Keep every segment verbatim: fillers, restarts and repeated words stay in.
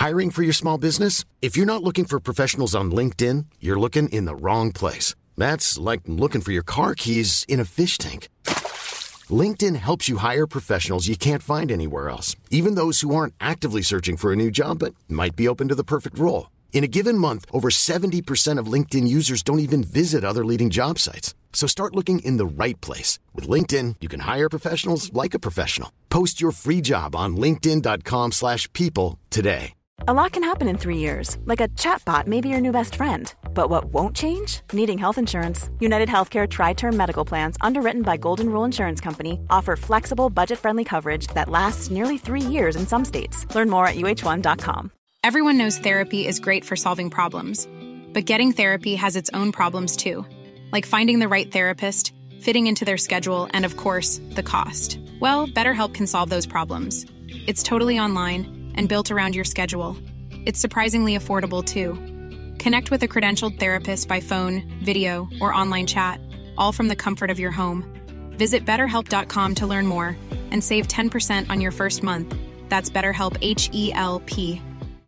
Hiring for your small business? If you're not looking for professionals on LinkedIn, you're looking in the wrong place. That's like looking for your car keys in a fish tank. LinkedIn helps you hire professionals you can't find anywhere else, even those who aren't actively searching for a new job but might be open to the perfect role. In a given month, over seventy percent of LinkedIn users don't even visit other leading job sites. So start looking in the right place. With LinkedIn, you can hire professionals like a professional. Post your free job on linkedin dot com slash people today. A lot can happen in three years, like a chatbot may be your new best friend. But what won't change? Needing health insurance. United Healthcare Tri-Term Medical Plans, underwritten by Golden Rule Insurance Company, offer flexible, budget-friendly coverage that lasts nearly three years in some states. Learn more at U H one dot com. Everyone knows therapy is great for solving problems. But getting therapy has its own problems too. Like finding the right therapist, fitting into their schedule, and of course, the cost. Well, BetterHelp can solve those problems. It's totally online and built around your schedule. It's surprisingly affordable, too. Connect with a credentialed therapist by phone, video, or online chat, all from the comfort of your home. Visit better help dot com to learn more and save ten percent on your first month. That's BetterHelp, H E L P.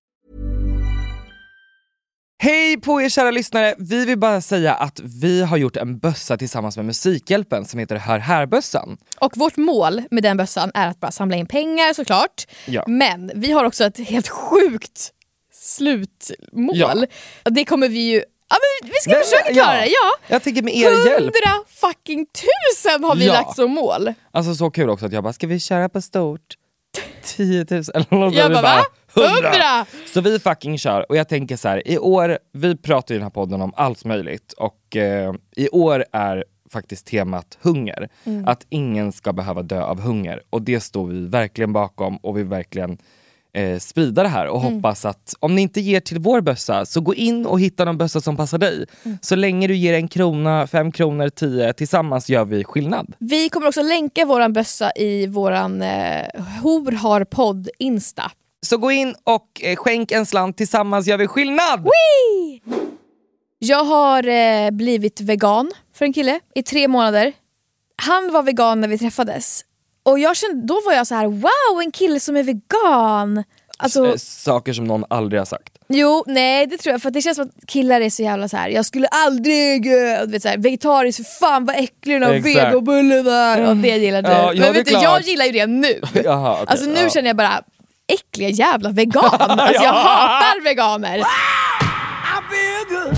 Hej på er kära lyssnare, vi vill bara säga att vi har gjort en bössa tillsammans med Musikhjälpen som heter Hör här-bössan. Och vårt mål med den bössan är att bara samla in pengar såklart. Ja. Men vi har också ett helt sjukt slutmål. Ja. Det kommer vi ju... Ja, men vi ska Men, försöka ja. klara det, ja. Jag tänker med er hjälp. Hundra fucking tusen har vi Ja. lagt som mål. Alltså så kul också att jag bara, ska vi köra på stort? tio tusen eller något. Jag Vi bara, va? Hundra! Så vi fucking kör. Och jag tänker så här, i år, vi pratar i den här podden om allt möjligt. Och eh, i år är faktiskt temat hunger. Mm. Att ingen ska behöva dö av hunger. Och det står vi verkligen bakom. Och vi verkligen eh, sprida det här. Och Mm. hoppas att om ni inte ger till vår bössa, så gå in och hitta någon bössa som passar dig. Mm. Så länge du ger en krona, fem kronor, tio, tillsammans gör vi skillnad. Vi kommer också länka våran bössa i våran eh, Hor har podd Insta. Så gå in och eh, skänk en slant, tillsammans gör vi skillnad! Wee! Jag har eh, blivit vegan för en kille i tre månader. Han var vegan när vi träffades. Och jag kände, då var jag så här: wow, en kille som är vegan. Alltså, S- saker som någon aldrig har sagt. jo, nej det tror jag. För att det känns som att killar är så jävla så här: jag skulle aldrig, eh, du vet, så här, vegetariskt, för fan vad äcklig och Exakt. vegobulle där. Och det gillar du. Ja, ja, det är Men vet du, klart. jag gillar ju det nu. Jaha, okej, Alltså nu ja. känner jag bara, äckliga jävla vegan. Alltså jag hatar veganer. I feel good.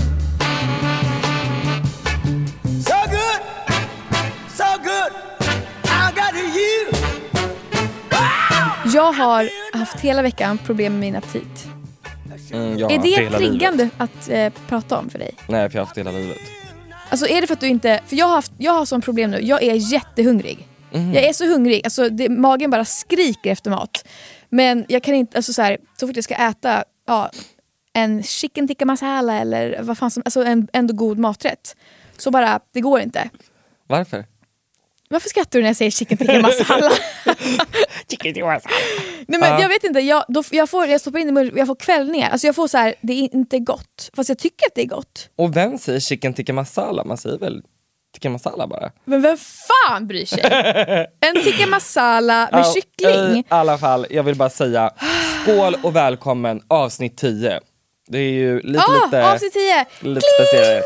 So good. So good. I got you. Jag har haft hela veckan problem med min aptit. Mm, jag har Är haft det hela triggande livet. att eh, prata om för dig? Nej, för jag har haft det hela livet. Alltså är det för att du inte... För jag har, haft, jag har sån problem nu. Jag är jättehungrig. Mm. Jag är så hungrig. Alltså det, magen bara skriker efter mat. Men jag kan inte... Alltså så här, så fort jag ska äta ja, en chicken tikka masala eller vad fan som... Alltså en ändå god maträtt. Så bara, det går inte. Varför? Varför skrattar du när jag säger chicken tikka masala? Chicken tikka masala. Nej men Ja. jag vet inte, jag, då, jag, får, jag stoppar in i munnen, jag får kvällningar. Alltså jag får så här, det är inte gott. Fast jag tycker att det är gott. Och vem säger chicken tikka masala? Man säger väl tikka masala bara? Men vem fan bryr sig? En tikka masala med Ja, kyckling. I alla fall, jag vill bara säga skål och välkommen avsnitt tio. Det är ju lite, Ah, lite, avsnitt tio. lite speciellt.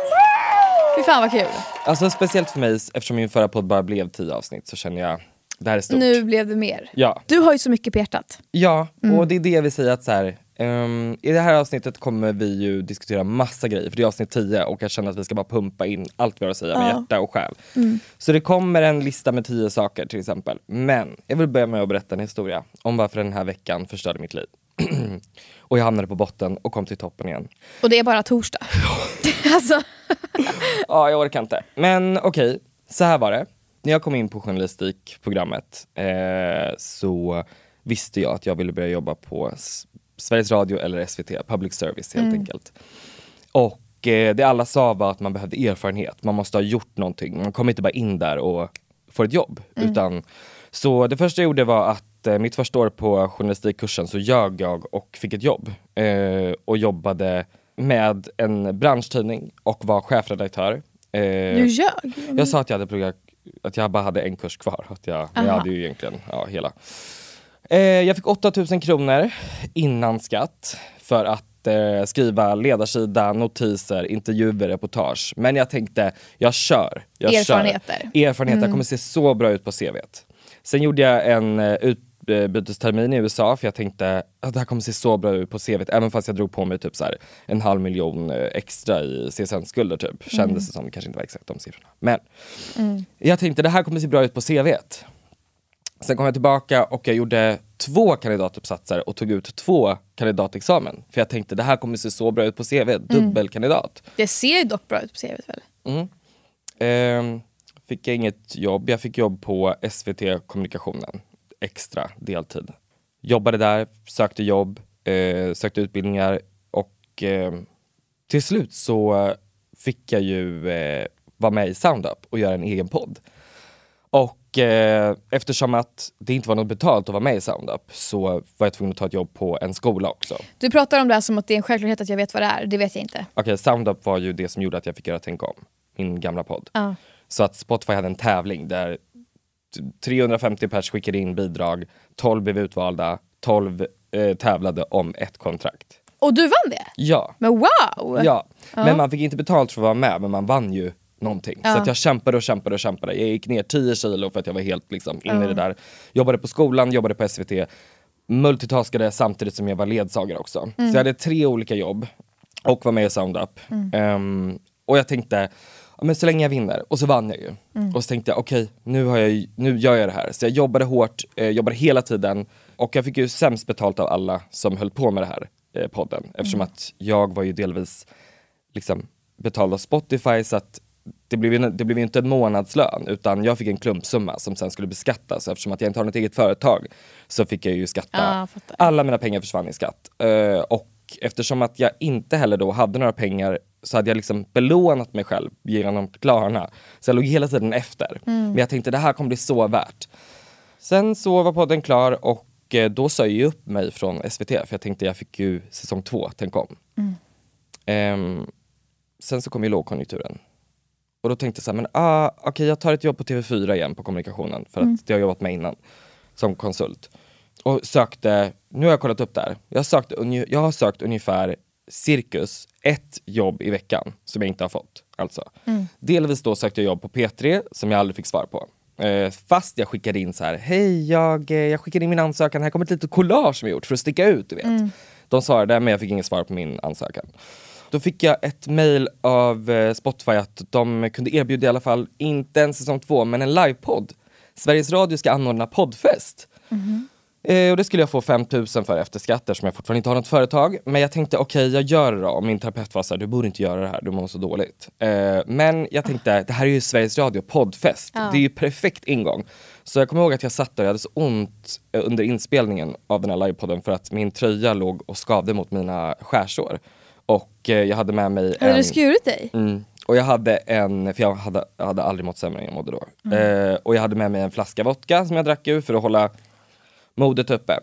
Fy fan vad kul. Alltså speciellt för mig, eftersom min förra podd bara blev tio avsnitt, så känner jag, det här är stort. Nu blev det mer. Ja. Du har ju så mycket på hjärtat. Ja, Mm. och det är det jag vill säga att så här, um, i det här avsnittet kommer vi ju diskutera massa grejer, för det är avsnitt tio och jag känner att vi ska bara pumpa in allt vi har att säga med Ja. hjärta och själ. Mm. Så det kommer en lista med tio saker till exempel. Men jag vill börja med att berätta en historia om varför den här veckan förstörde mitt liv. Och jag hamnade på botten och kom till toppen igen. Och det är bara torsdag. Alltså. Ja, jag orkar inte. Men okej, så här var det. När jag kom in på journalistikprogrammet eh, så visste jag att jag ville börja jobba på S- Sveriges Radio eller S V T, public service helt Mm. enkelt. Och eh, det alla sa var att man behövde erfarenhet. Man måste ha gjort någonting. Man kommer inte bara in där och får ett jobb. Mm. Utan, så det första jag gjorde var att eh, mitt första år på journalistikkursen så ljög jag och fick ett jobb. Eh, och jobbade med en branschtidning och var chefredaktör. Eh, Du ljög. jag sa att jag hade pluggat, att jag bara hade en kurs kvar. Att jag, men jag Aha. hade ju egentligen ja, hela. Eh, jag fick åtta tusen kronor innan skatt för att eh, skriva ledarsida, notiser, intervjuer, reportage. Men jag tänkte, jag kör. Jag Erfarenheter. Kör. Erfarenheter, mm. kommer se så bra ut på C V:t. Sen gjorde jag en uh, utbytestermin i U S A för jag tänkte att det här kommer se så bra ut på C V:t. Även fast jag drog på mig typ så här, en halv miljon uh, extra i C S N-skulder typ. Kändes mm. det som, det kanske inte var exakt de siffrorna. Men mm. jag tänkte det här kommer se bra ut på C V:t. Sen kom jag tillbaka och jag gjorde två kandidatuppsatser och tog ut två kandidatexamen. För jag tänkte det här kommer se så bra ut på C V. Dubbelkandidat. Mm. Det ser ju dock bra ut på C V:t väl? Mm. Ehm, fick jag inget jobb. Jag fick jobb på S V T Kommunikationen. Extra deltid. Jobbade där, sökte jobb, eh, sökte utbildningar. Och eh, till slut så fick jag ju eh, vara med i Soundup och göra en egen podd. Och eh, eftersom att det inte var något betalt att vara med i Soundup så var jag tvungen att ta ett jobb på en skola också. Du pratar om det här som att det är en självklarhet att jag vet vad det är. Det vet jag inte. Okej, okay, Soundup var ju det som gjorde att jag fick göra Tänk om. Min gamla podd. Uh. Så att Spotify hade en tävling där trehundrafemtio pers skickade in bidrag. tolv blev utvalda. tolv eh, tävlade om ett kontrakt. Och du vann det? Ja. Men wow! Ja, uh. men man fick inte betalt för att vara med. Men man vann ju någonting. Ja. Så att jag kämpade och kämpade och kämpade. Jag gick ner tio kilo för att jag var helt liksom, inne ja. i det där. Jobbade på skolan, jobbade på S V T. Multitaskade samtidigt som jag var ledsagare också. Mm. Så jag hade tre olika jobb. Och var med i Soundup. Mm. Um, och jag tänkte, ja, men så länge jag vinner. Och så vann jag ju. Mm. Och så tänkte jag, okej, okay, nu, nu gör jag det här. Så jag jobbade hårt, eh, jobbade hela tiden. Och jag fick ju sämst betalt av alla som höll på med det här eh, podden. Eftersom mm. att jag var ju delvis liksom, betald av Spotify. Så att Det blev, ju, det blev ju inte en månadslön utan jag fick en klumpsumma som sen skulle beskattas. Eftersom att jag inte har något eget företag så fick jag ju skatta. Ja, alla mina pengar försvann i skatt. Uh, och eftersom att jag inte heller då hade några pengar så hade jag liksom belånat mig själv genom Klarna. Så jag låg hela tiden efter. Mm. Men jag tänkte det här kommer bli så värt. Sen så var podden klar och uh, då sa jag upp mig från S V T. För jag tänkte jag fick ju säsong två, Tänk om. Mm. Um, sen så kom ju lågkonjunkturen. Och då tänkte jag så här, men ah, okej okay, jag tar ett jobb på T V fyra igen på kommunikationen. För att mm. det har jag jobbat med innan. Som konsult. Och sökte, nu har jag kollat upp där. Jag, sökte, jag har sökt ungefär cirkus ett jobb i veckan. Som jag inte har fått. Alltså. Mm. Delvis då sökte jag jobb på P tre som jag aldrig fick svar på. Eh, fast jag skickade in så här, hej jag, jag skickade in min ansökan. Här kommer ett litet collage som jag gjort för att sticka ut, du vet. Mm. De svarade men jag fick inget svar på min ansökan. Då fick jag ett mejl av eh, Spotify att de kunde erbjuda i alla fall inte en säsong två men en livepodd. Sveriges Radio ska anordna poddfest. Mm-hmm. Eh, och det skulle jag få fem tusen för efter skatter som jag fortfarande inte har något företag. Men jag tänkte okej okay, jag gör det då. Och min terapeut var så här, du borde inte göra det här, du mår så dåligt. Eh, men jag tänkte, det här är ju Sveriges Radio poddfest. Ja. Det är ju perfekt ingång. Så jag kommer ihåg att jag satt där och jag hade så ont under inspelningen av den här livepodden för att min tröja låg och skavde mot mina skärsår. Och eh, jag hade med mig en... Hade du skurit dig? Mm, och jag hade en... För jag hade, jag hade aldrig mått sämre än jag mådde då. Mm. Eh, och jag hade med mig en flaska vodka som jag drack ur för att hålla modet uppe.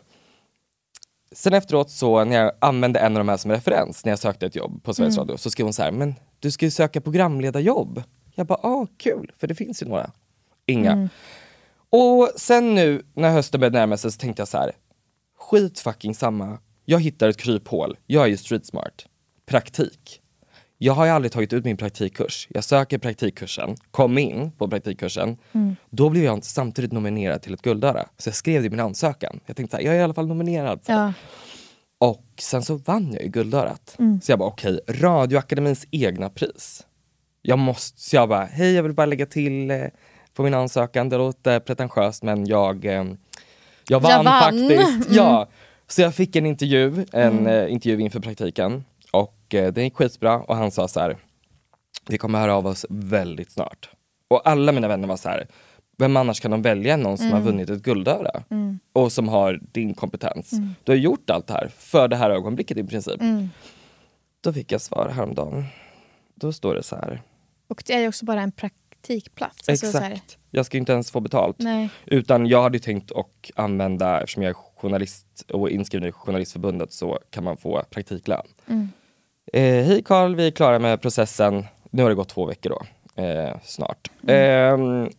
Sen efteråt så när jag använde en av de här som referens när jag sökte ett jobb på Sveriges mm. Radio så skrev hon så här, men du ska ju söka programledarjobb. Jag bara, ah kul, för det finns ju några. Inga. Mm. Och sen nu när hösten började närma sig så tänkte jag så här, skit fucking samma. Jag hittar ett kryphål. Jag är ju street smart. Praktik. Jag har ju aldrig tagit ut min praktikkurs. Jag söker praktikkursen. Kom in på praktikkursen. Mm. Då blev jag samtidigt nominerad till ett guldöra. Så jag skrev det i min ansökan. Jag tänkte så här, jag är i alla fall nominerad. Ja. Och sen så vann jag ju guldörat. Mm. Så jag bara okej, okay, Radioakademins egna pris. Jag måste, så jag bara, hej jag vill bara lägga till eh, på min ansökan. Det låter pretentiöst men jag, eh, jag vann, jag vann faktiskt. Mm. Ja. Så jag fick en intervju, en mm. eh, intervju inför praktiken. Och eh, det gick skitbra. Och han sa så här, vi kommer höra av oss väldigt snart. Och alla mina vänner var så här, vem annars kan de välja någon som mm. har vunnit ett guldöra? Mm. Och som har din kompetens. Mm. Du har gjort allt det här för det här ögonblicket i princip. Mm. Då fick jag svar häromdagen. Då står det så här. Och det är ju också bara en praktikplats. Alltså exakt. Så här. Jag ska inte ens få betalt. Nej. Utan jag hade tänkt att använda, eftersom jag är journalist och inskriven i Journalistförbundet så kan man få praktiklön. Mm. Eh, hej Carl, vi är klara med processen. Nu har det gått två veckor då. Eh, snart. Mm. Eh,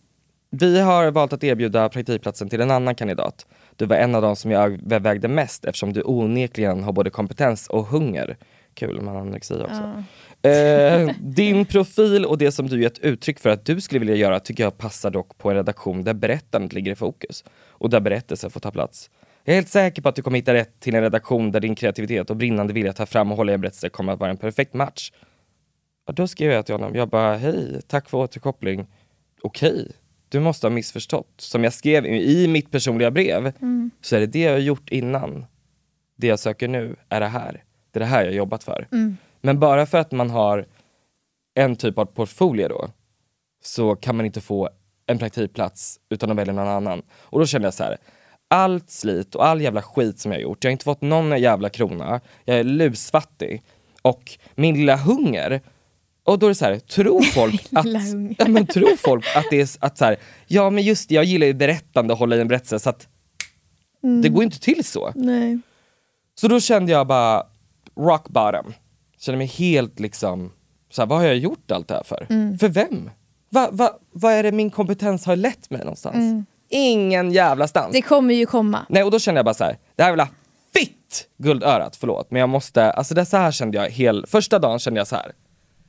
Vi har valt att erbjuda praktikplatsen till en annan kandidat. Du var en av dem som jag vägde mest eftersom du onekligen har både kompetens och hunger. Kul, man har anorexi också. Ja. Eh, din profil och det som du gett uttryck för att du skulle vilja göra tycker jag passar dock på en redaktion där berättandet ligger i fokus. Och där berättelser får ta plats. Jag är helt säker på att du kommer hitta rätt till en redaktion där din kreativitet och brinnande vilja att ta fram och hålla i berättelser kommer att vara en perfekt match. Och då skrev jag till honom, jag bara, hej, tack för återkoppling. Okej, du måste ha missförstått. Som jag skrev i mitt personliga brev, mm. så är det det jag har gjort innan. Det jag söker nu är det här. Det är det här jag har jobbat för. Mm. Men bara för att man har en typ av portfolio då, så kan man inte få en praktikplats utan att välja någon annan. Och då kände jag så här, allt slit och all jävla skit som jag har gjort, jag har inte fått någon jävla krona, jag är lusfattig. Och min lilla hunger. Och då är det så här, tror folk att ja, men tror folk att det är att så här, ja men just det, jag gillar ju berättande och hålla i en berättelse så att mm. det går inte till så. Nej. Så då kände jag bara rock bottom. Kände mig helt liksom så här, vad har jag gjort allt det här för? Mm. För vem? Va, va, vad är det min kompetens har lett mig någonstans? Mm. Ingen jävla stans. Det kommer ju komma. Nej, och då kände jag bara så här, det här är väl fitt guldörat, förlåt. Men jag måste, alltså det så här kände jag hel, första dagen kände jag så här.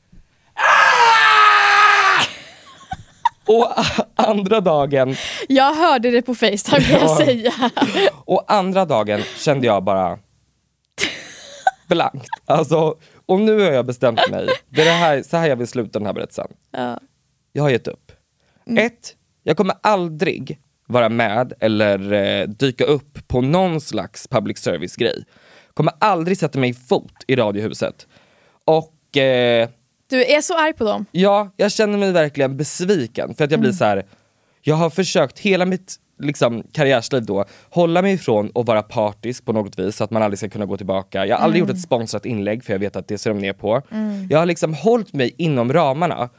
Och andra dagen... Jag hörde det på FaceTime, kan jag säga. Och andra dagen kände jag bara... blankt. Alltså, och nu har jag bestämt mig. Det är det här, så här jag vill sluta den här berättelsen. Ja. Jag har gett upp. Mm. Ett, jag kommer aldrig vara med eller eh, dyka upp på någon slags public service-grej. Kommer aldrig sätta mig i fot i Radiohuset. Och... Eh, Du är så arg på dem. Ja, jag känner mig verkligen besviken. För att jag blir mm. så här. Jag har försökt hela mitt liksom, karriärsliv då hålla mig ifrån att vara partisk på något vis, så att man aldrig ska kunna gå tillbaka. Jag har aldrig mm. gjort ett sponsrat inlägg, för jag vet att det ser de ner på. Mm. Jag har liksom hållit mig inom ramarna.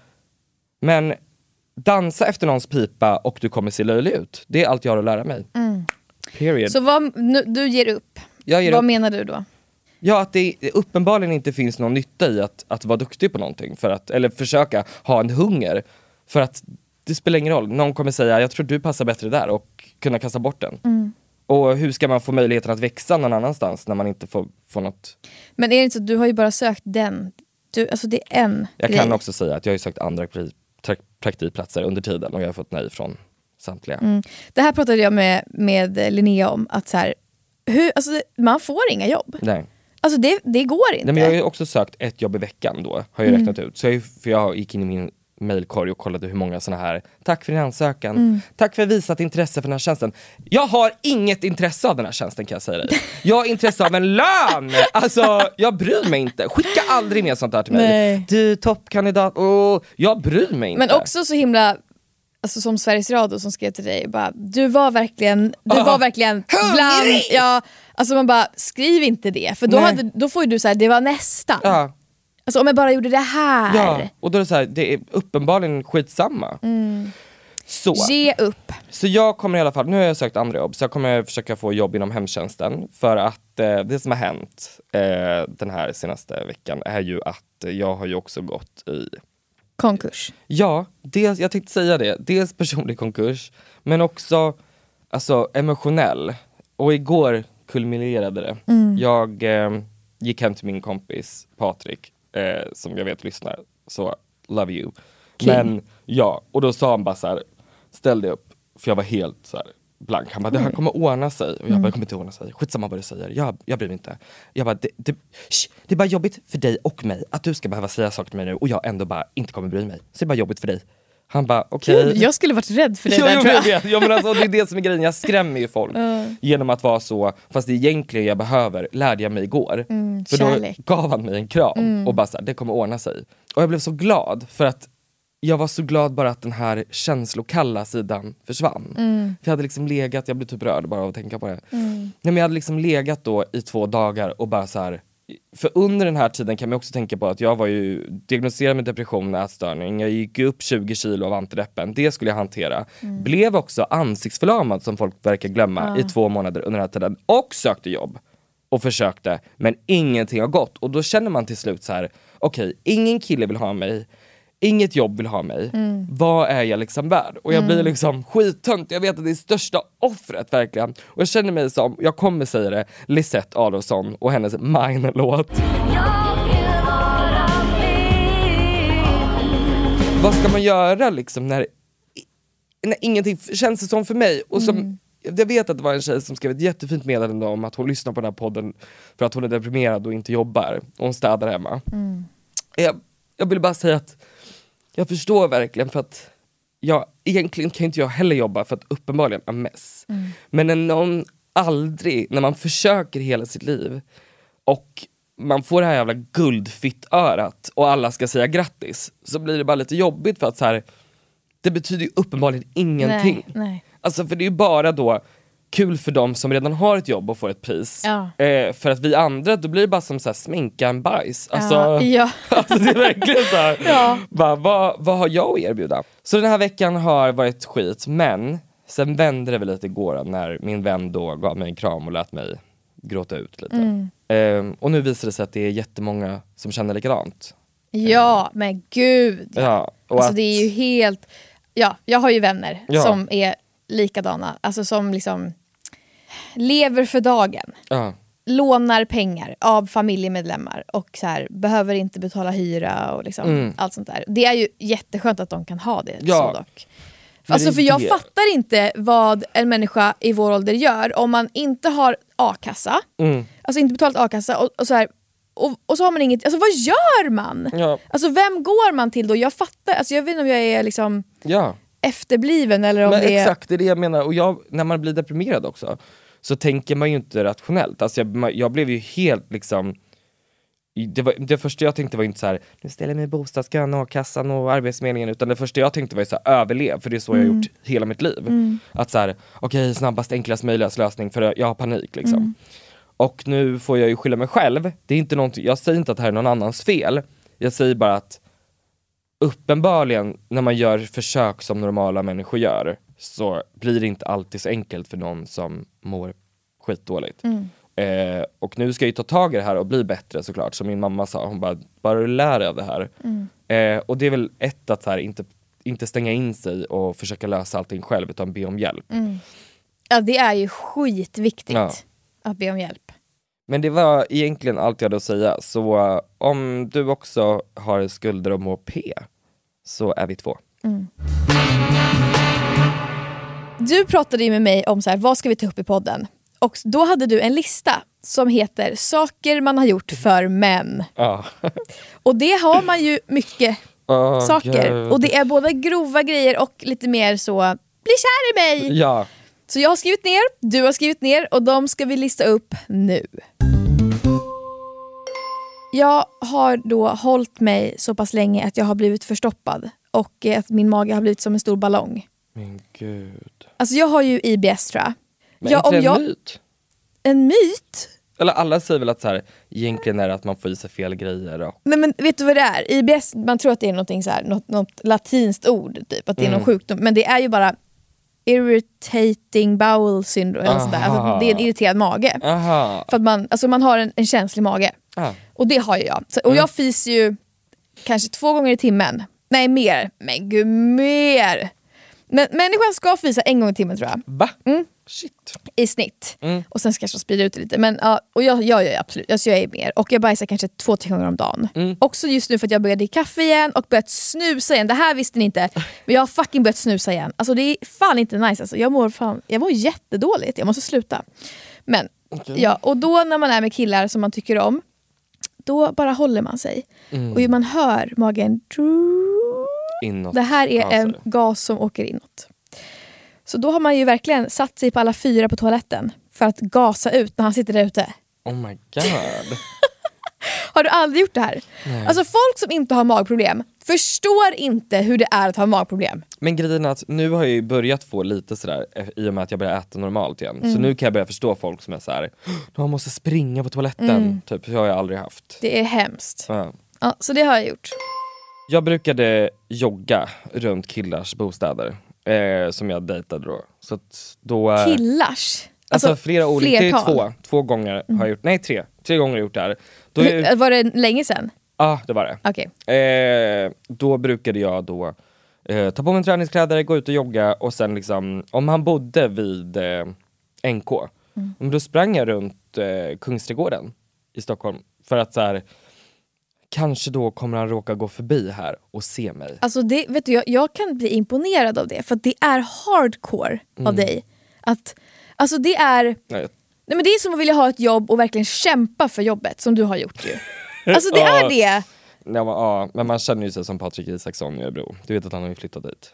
Men dansa efter någons pipa och du kommer se löjlig ut. Det är allt jag har att lära mig. Mm. Period. Så vad, nu, du ger upp. Jag ger vad upp. Menar du då? Ja, att det uppenbarligen inte finns någon nytta i att, att vara duktig på någonting. För att, eller försöka ha en hunger. För att det spelar ingen roll. Någon kommer säga, jag tror du passar bättre där, och kunna kasta bort den. Mm. Och hur ska man få möjligheten att växa någon annanstans när man inte får, får något? Men är det inte så, du har ju bara sökt den. Du, alltså det är en Jag grej. kan också säga att jag har sökt andra praktikplatser under tiden, och jag har fått nej från samtliga. Mm. Det här pratade jag med, med Linnea om. Att så här, hur, alltså man får inga jobb. Nej. Alltså det, det går inte. Nej, men jag har ju också sökt ett jobb i veckan då, har jag mm. räknat ut. Så jag, för jag gick in i min mailkorg och kollade hur många såna här, tack för din ansökan, mm. tack för visat intresse för den här tjänsten. Jag har inget intresse av den här tjänsten, kan jag säga dig. Jag har intresse av en lön. Alltså, jag bryr mig inte. Skicka aldrig mer sånt här till mig. Nej. Du toppkandidat, oh, jag bryr mig inte. Men också så himla, alltså som Sveriges Radio som skrev till dig, bara, du var verkligen du uh, var verkligen bland, ja, alltså man bara, skriv inte det, för då, hade, då får ju du så här, det var nästan. Ja. Alltså om jag bara gjorde det här. Ja, och då är det så här, det är uppenbarligen skitsamma. Mm. Så. Ge upp. Så jag kommer i alla fall, nu har jag sökt andra jobb, så jag kommer försöka få jobb inom hemtjänsten. För att eh, det som har hänt eh, den här senaste veckan är ju att jag har ju också gått i konkurs. Ja, dels, jag tänkte säga det. Dels personlig konkurs, men också alltså, emotionell. Och igår kulminerade det. Mm. Jag eh, gick hem till min kompis Patrik, eh, som jag vet lyssnar. Så, love you. King. Men ja, och då sa han bara så här, ställ dig upp. För jag var helt så här blank. Han bara, det här kommer ordna sig. Och jag bara, det kommer inte ordna sig. Skitsamma vad du säger. Jag, jag bryr mig inte. Jag bara, det, det, sh, det är bara jobbigt för dig och mig att du ska behöva säga saker till mig nu och jag ändå bara inte kommer bry mig. Så det är bara jobbigt för dig. Han bara, okej. Okay. Jag skulle varit rädd för det ja, där, jag tror jag. Vet. Ja, men alltså, det är det som är grejen. Jag skrämmer ju folk uh. genom att vara så. Fast det egentligen jag behöver, lärde jag mig igår. Mm, för kärlek. Då gav han mig en kram mm. och bara så här, det kommer ordna sig. Och jag blev så glad för att jag var så glad bara att den här känslokalla sidan försvann. Mm. För jag hade liksom legat, jag blev typ rörd bara av att tänka på det. Mm. Ja, men jag hade liksom legat då i två dagar och bara så här. För under den här tiden kan man också tänka på att jag var ju diagnostiserad med depression och ätstörning. Jag gick upp tjugo kilo av antideppen. Det skulle jag hantera. Mm. Blev också ansiktsförlamad, som folk verkar glömma, ah. i två månader under den här tiden. Och sökte jobb. Och försökte. Men ingenting har gått. Och då känner man till slut så här: okej, okay, ingen kille vill ha mig. inget jobb vill ha mig. Mm. Vad är jag liksom värd? Och jag mm. blir liksom skittönt. Jag vet att det är största offret verkligen. Och jag känner mig som, jag kommer säga det, Lisette Adolfsson och hennes Mine-låt. Vad ska man göra liksom när, när ingenting känns det som för mig? Och som, mm. jag vet att det var en tjej som skrev ett jättefint meddelande om att hon lyssnar på den här podden för att hon är deprimerad och inte jobbar. Och hon städar hemma. Mm. Jag, jag vill bara säga att jag förstår verkligen, för att jag, egentligen kan inte jag heller jobba för att uppenbarligen är mess. Mm. Men när någon aldrig, när man försöker hela sitt liv och man får det här jävla guldfitt-örat och alla ska säga grattis, så blir det bara lite jobbigt för att så här, det betyder ju uppenbarligen ingenting. Nej, nej. Alltså för det är ju bara då kul för dem som redan har ett jobb och får ett pris. Ja. Eh, för att vi andra, då blir det bara som så här, sminka en bajs. Alltså, ja. Ja. Alltså det är verkligen så här, ja. bara, vad, vad har jag att erbjuda? Så den här veckan har varit skit, men sen vände det väl lite igår när min vän då gav mig en kram och lät mig gråta ut lite. Mm. Eh, och nu visar det sig att det är jättemånga som känner likadant. Ja, eh. men gud. Ja. Ja, och alltså att, det är ju helt... Ja, jag har ju vänner ja. som är likadana. Alltså som liksom lever för dagen. Ja. Lånar pengar av familjemedlemmar och så här, behöver inte betala hyra och liksom mm. allt sånt där. Det är ju jätteskönt att de kan ha det ja. så dock. Alltså för jag det. fattar inte vad en människa i vår ålder gör om man inte har a-kassa. Mm. Alltså inte betalat a-kassa och, och så här, och, och så har man inget, alltså vad gör man? Ja. Alltså vem går man till då? Jag fattar, alltså jag vet inte om jag är liksom ja. efterbliven eller om men det är... Exakt, det är det jag menar. Och jag, när man blir deprimerad också så tänker man ju inte rationellt. Alltså jag, jag blev ju helt liksom... Det, var, det första jag tänkte var inte så här, nu ställer jag mig i bostadskön och kassan och arbetsförmedlingen, utan det första jag tänkte var så här, överlev, för det är så mm. jag har gjort hela mitt liv. Mm. Att så här, okej, okay, snabbast, enklast möjliga lösning, för jag har panik liksom. Mm. Och nu får jag ju skylla mig själv. Det är inte någonting, jag säger inte att det här är någon annans fel. Jag säger bara att uppenbarligen när man gör försök som normala människor gör, så blir det inte alltid så enkelt för någon som mår skitdåligt. Mm. Eh, och nu ska jag ju ta tag i det här och bli bättre såklart, som min mamma sa. Hon bara, bara lär dig av det här. Mm. Eh, och det är väl ett att här, inte, inte stänga in sig och försöka lösa allting själv, utan be om hjälp. Mm. Ja, det är ju skitviktigt ja. att be om hjälp. Men det var egentligen allt jag hade att säga. Så uh, om du också har skulder och mår P, så är vi två. Mm. Du pratade ju med mig om så här, vad ska vi ta upp i podden? Och då hade du en lista som heter saker man har gjort för män. Ah. Och det har man ju mycket oh, saker. God. Och det är både grova grejer och lite mer så, bli kär i mig. Ja. Så jag har skrivit ner, du har skrivit ner och de ska vi lista upp nu. Jag har då hållit mig så pass länge att jag har blivit förstoppad. Och att min mage har blivit som en stor ballong. Men gud. Alltså jag har ju I B S, tror jag. Men ja, om en jag... myt? En myt? Eller alla säger väl att så här, egentligen är det att man får i sig fel grejer. Och... Nej, men vet du vad det är? I B S, man tror att det är någonting så här, något, något latinskt ord, typ, att det är mm. någon sjukdom. Men det är ju bara irritating bowel syndrome. Eller sådär. Alltså, det är en irriterad mage. Aha. För att man, alltså, man har en, en känslig mage. Aha. Och det har ju jag. Så, och mm. jag fiser ju kanske två gånger i timmen. Nej, mer. Men gud, mer. Men människan ska fisa en gång i timmen, tror jag. Va? Mm. Shit. I snitt. Mm. Och sen ska jag sprida ut det lite. Men, ja, och jag, jag gör absolut, alltså jag är mer. Och jag bajsar kanske två, tre gånger om dagen. Mm. Också just nu för att jag började dricka kaffe igen och börjat snusa igen. Det här visste ni inte. Men jag har fucking börjat snusa igen. Alltså det är fan inte nice. Alltså, jag, mår fan, jag mår jättedåligt. Jag måste sluta. Men, okay. ja. Och då när man är med killar som man tycker om, då bara håller man sig. Mm. Och man hör magen... Inåt. Det här är en gas som åker inåt. Så då har man ju verkligen satt sig på alla fyra på toaletten för att gasa ut när han sitter där ute. Oh my god. Har du aldrig gjort det här? Nej. Alltså folk som inte har magproblem förstår inte hur det är att ha magproblem. Men grejen är att nu har jag ju börjat få lite sådär i och med att jag börjar äta normalt igen. Mm. Så nu kan jag börja förstå folk som är såhär, de måste springa på toaletten. Mm. Typ, det har jag aldrig haft. Det är hemskt. Ja. Ja, så det har jag gjort. Jag brukade jogga runt killars bostäder eh, som jag dejtade då. Så att då eh, killars? Alltså, alltså flera olika, det är två, två gånger mm. har jag gjort, nej tre, tre gånger har jag gjort det här. Då är, var det länge sedan? ah, det var det. Okej. Eh, då brukade jag då eh, ta på mig träningskläder, gå ut och jogga och sen liksom, om han bodde vid eh, N K, mm. då sprang jag runt eh, Kungsträdgården i Stockholm för att så här, kanske då kommer han råka gå förbi här och se mig. Alltså det, vet du, jag, jag kan bli imponerad av det, för att det är hardcore mm. av dig. Att, alltså det är, nej. Nej, men det är som att vilja ha ett jobb och verkligen kämpa för jobbet som du har gjort ju. Alltså det är det. Ja, men, ja, men man känner ju sig som Patrik Isaksson i Örebro. Du vet att han har ju flyttat dit.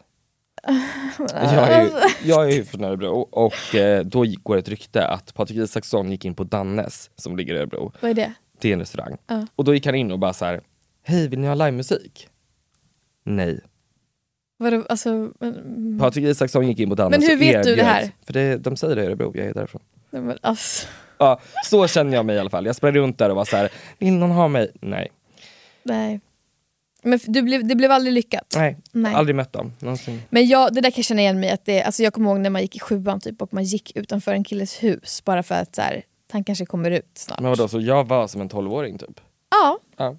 Jag är ju, jag är ju från Örebro och eh, då går ett rykte att Patrik Isaksson gick in på Dannes som ligger i Örebro. Vad är det? Det är en restaurang. Uh. Och då gick han in och bara så här: hej, vill ni ha livemusik? Nej. Vadå, alltså, mm. Patrik Isaksson gick in på Dannes. Men hur vet du det här? För det, de säger det i Örebro, jag är därifrån. Nej, men alltså. Ja, så känner jag mig i alla fall. Jag sprang runt där och var så här: vill någon ha mig? Nej. Nej. Men du blev, det blev aldrig lyckat? Nej, Nej. Aldrig mött dem någonsin. Men jag, det där kan jag känna igen mig att det, alltså jag kommer ihåg när man gick i sjuan typ, och man gick utanför en killes hus bara för att så här, han kanske kommer ut snart. Men vadå, så jag var som en tolvåring typ? Ja. Ja.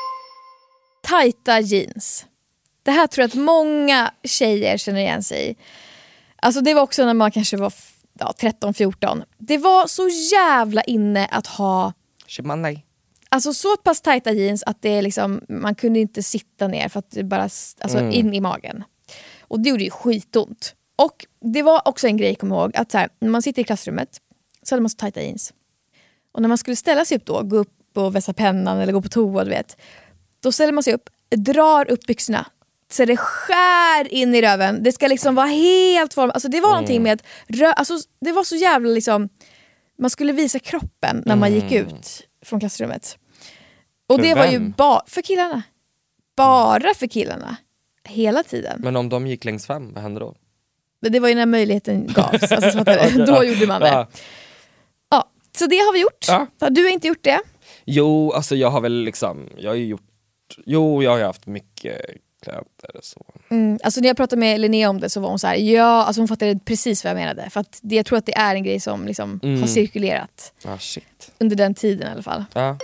Tajta jeans. Det här tror jag att många tjejer känner igen sig i. Alltså det var också när man kanske var ja, tretton fjorton. Det var så jävla inne att ha Shimanai. Alltså så pass tajta jeans att det liksom, man kunde inte sitta ner för att det bara, alltså mm. in i magen. Och det gjorde ju skitont. Och det var också en grej, kom ihåg, att så här, när man sitter i klassrummet så hade man så tajta jeans. Och när man skulle ställa sig upp då, gå upp och vässa pennan eller gå på toa, du vet. Då ställer man sig upp, drar upp byxorna så det skär in i röven. Det ska liksom vara helt form. Alltså det var mm. någonting med rö- alltså det var så jävla liksom, man skulle visa kroppen när man mm. gick ut från klassrummet. Och för det vem? var ju bara för killarna. Bara för killarna. Hela tiden. Men om de gick längst fram, vad hände då? Det var ju när möjligheten gavs. Alltså, så okay, då ja. gjorde man det. Ja. Ja, så det har vi gjort. Ja. Har du inte gjort det? Jo, alltså jag har väl liksom, jag har ju gjort, jo jag har ju haft mycket kläder så. Mm, alltså när jag pratade med Linnea om det så var hon så här, ja, alltså hon fattade precis vad jag menade. För att det, jag tror att det är en grej som liksom mm. har cirkulerat. Ah, shit. Under den tiden i alla fall. Ja.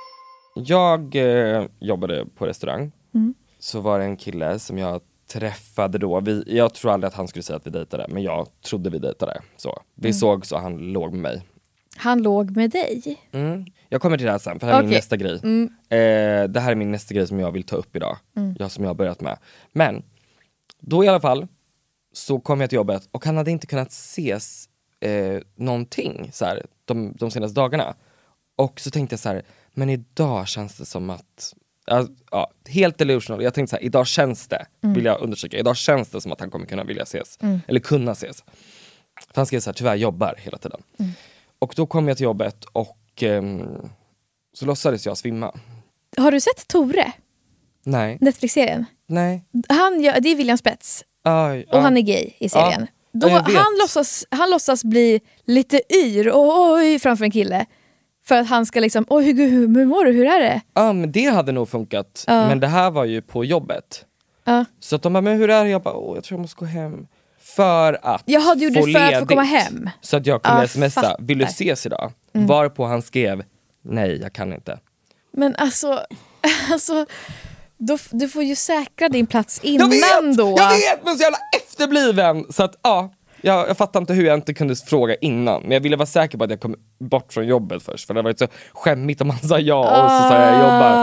Jag eh, jobbade på restaurang. Mm. Så var det en kille som jag träffade då. Vi, jag tror aldrig att han skulle säga att vi dejtade, men jag trodde vi dejtade. Så. Vi mm. såg så han låg med mig. Han låg med dig? Mm. Jag kommer till det här sen, för det här är okay. min nästa grej. Mm. Eh, det här är min nästa grej som jag vill ta upp idag. Mm. Jag, som jag har börjat med. Men, då i alla fall så kom jag till jobbet och han hade inte kunnat ses eh, någonting så här, de, de senaste dagarna. Och så tänkte jag så här, men idag känns det som att, ja, ja, helt delusional. Jag tänkte så här, idag känns det, mm. vill jag undersöka, idag känns det som att han kommer kunna vilja ses. Mm. Eller kunna ses. För han skrev så här, tyvärr jobbar hela tiden. Mm. Och då kom jag till jobbet och um, så låtsades jag svimma. Har du sett Tore? Nej. Netflix-serien? Nej. Han gör, det är William Spets. Aj, och aj. han är gay i serien. Aj. Då, ja, han, låtsas, han låtsas bli lite yr och oj, framför en kille. För att han ska liksom, oj hur, hur, hur mår du, hur är det? Ja, men det hade nog funkat. Ja. Men det här var ju på jobbet. Ja. Så att de bara, men hur är det? Jag bara, åh, jag tror jag måste gå hem. För att Jaha, du gjorde få det för ledigt, att få komma hem. Så att jag kunde Ja, smsa, fattar. vill du ses idag? Mm. Varpå han skrev, nej jag kan inte. Men alltså, alltså då, du får ju säkra din plats innan jag vet, då. Jag vet, men så jävla efterbliven. Så att ja, jag, jag fattar inte hur jag inte kunde fråga innan. Men jag ville vara säker på att jag kom bort från jobbet först. För det var varit så skämmigt om han sa ja och så sa jag jag jobbar.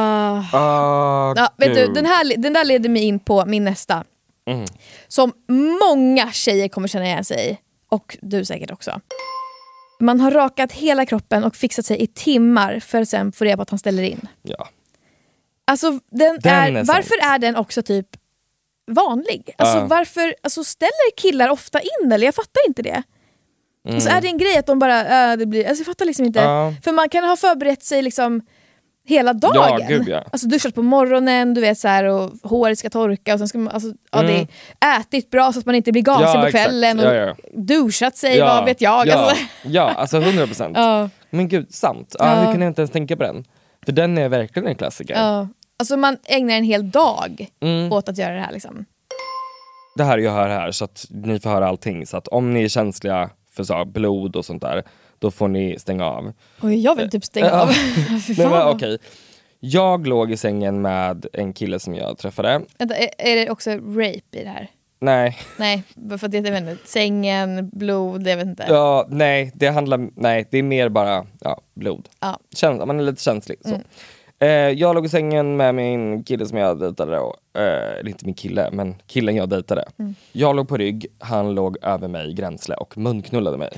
Ah, ja, vet du, den, här, den där leder mig in på min nästa. Mm. Som många tjejer kommer känna igen sig i. Och du säkert också. Man har rakat hela kroppen och fixat sig i timmar för att sen få reda på att han ställer in. Ja. Alltså, den den är, är varför är den också typ vanlig? Alltså, uh. varför alltså, ställer killar ofta in, eller? Jag fattar inte det. Mm. Så är det en grej att de bara, äh, det blir, alltså, jag fattar liksom inte. Uh. För man kan ha förberett sig liksom hela dagen. Ja, gud, ja. Alltså duschat på morgonen, du vet så här, och håret ska torka och sen ska man alltså, ja, mm. det ätit bra så att man inte blir gasen ja, på kvällen ja, och ja. duschat sig, ja, vad vet jag. Ja, alltså. ja alltså hundra procent. Ja. Men gud, sant. Ja, Ja. hur kan jag inte ens tänka på den? För den är verkligen en klassiker. Ja. Alltså man ägnar en hel dag mm. åt att göra det här liksom. Det här jag hör här, så att ni får höra allting. Så att om ni är känsliga för så, blod och sånt där, då får ni stänga av. Oj, jag vill typ stänga av. Nej, men, okej. Jag låg i sängen med en kille som jag träffade. Vänta, är, är det också rape i det här? Nej. Nej, för att det är inte, sängen, blod, jag vet inte. Ja, nej, det handlar, nej, det är mer bara ja, blod. Ja. Käns- man är lite känslig. Så. Mm. Eh, jag låg i sängen med min kille som jag dejtade då. Eh, eller inte min kille, men killen jag dejtade. Mm. Jag låg på rygg, han låg över mig i gränsle och munknullade mig.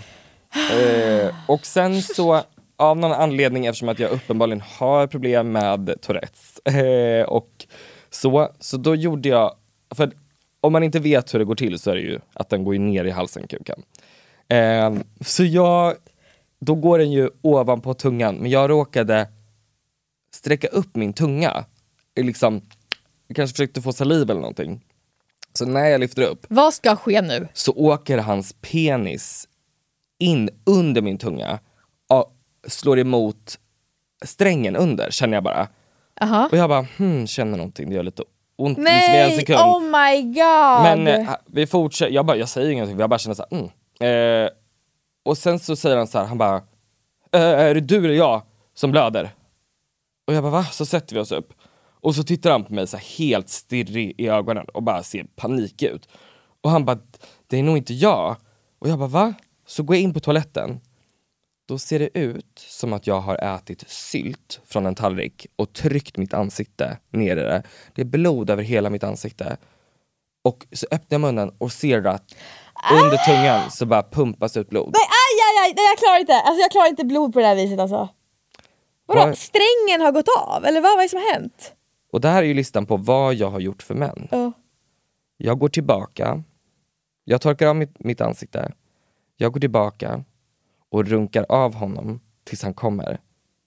Eh, och sen så, av någon anledning, eftersom att jag uppenbarligen har problem med Tourettes. Eh, och så, så då gjorde jag, för om man inte vet hur det går till så är det ju att den går ju ner i halsen, kuken. Eh, så jag, då går den ju ovanpå tungan, men jag råkade sträcka upp min tunga. Liksom, jag kanske försökte få saliv eller någonting. Så när jag lyfter upp, vad ska ske nu? Så åker hans penis in under min tunga och slår emot strängen under, känner jag bara. Aha. Och jag bara, hmm, känner någonting, det gör lite ont. Nej, liksom i en sekund. oh my god. Men eh, vi fortsätter, jag, bara, jag säger ingenting, jag bara känner så här, mm. eh, och sen så säger han så här, han bara, eh, är det du eller jag som blöder? Och jag bara, va? Så sätter vi oss upp. Och så tittar han på mig så här helt stirrig i ögonen och bara ser panik ut. Och han bara, det är nog inte jag. Och jag bara, va? Så går jag in på toaletten. Då ser det ut som att jag har ätit sylt från en tallrik och tryckt mitt ansikte ner i det. Det är blod över hela mitt ansikte. Och så öppnar jag munnen och ser att under tungan så bara pumpas ut blod. Nej, aj, aj, aj, nej, jag klarar inte. Alltså jag klarar inte blod på det här viset alltså. Vadå? Var... Strängen har gått av? Eller vad, vad är det som har hänt? Och det här är ju listan på vad jag har gjort för män. Uh. Jag går tillbaka. Jag torkar av mitt, mitt ansikte. Jag går tillbaka och runkar av honom tills han kommer.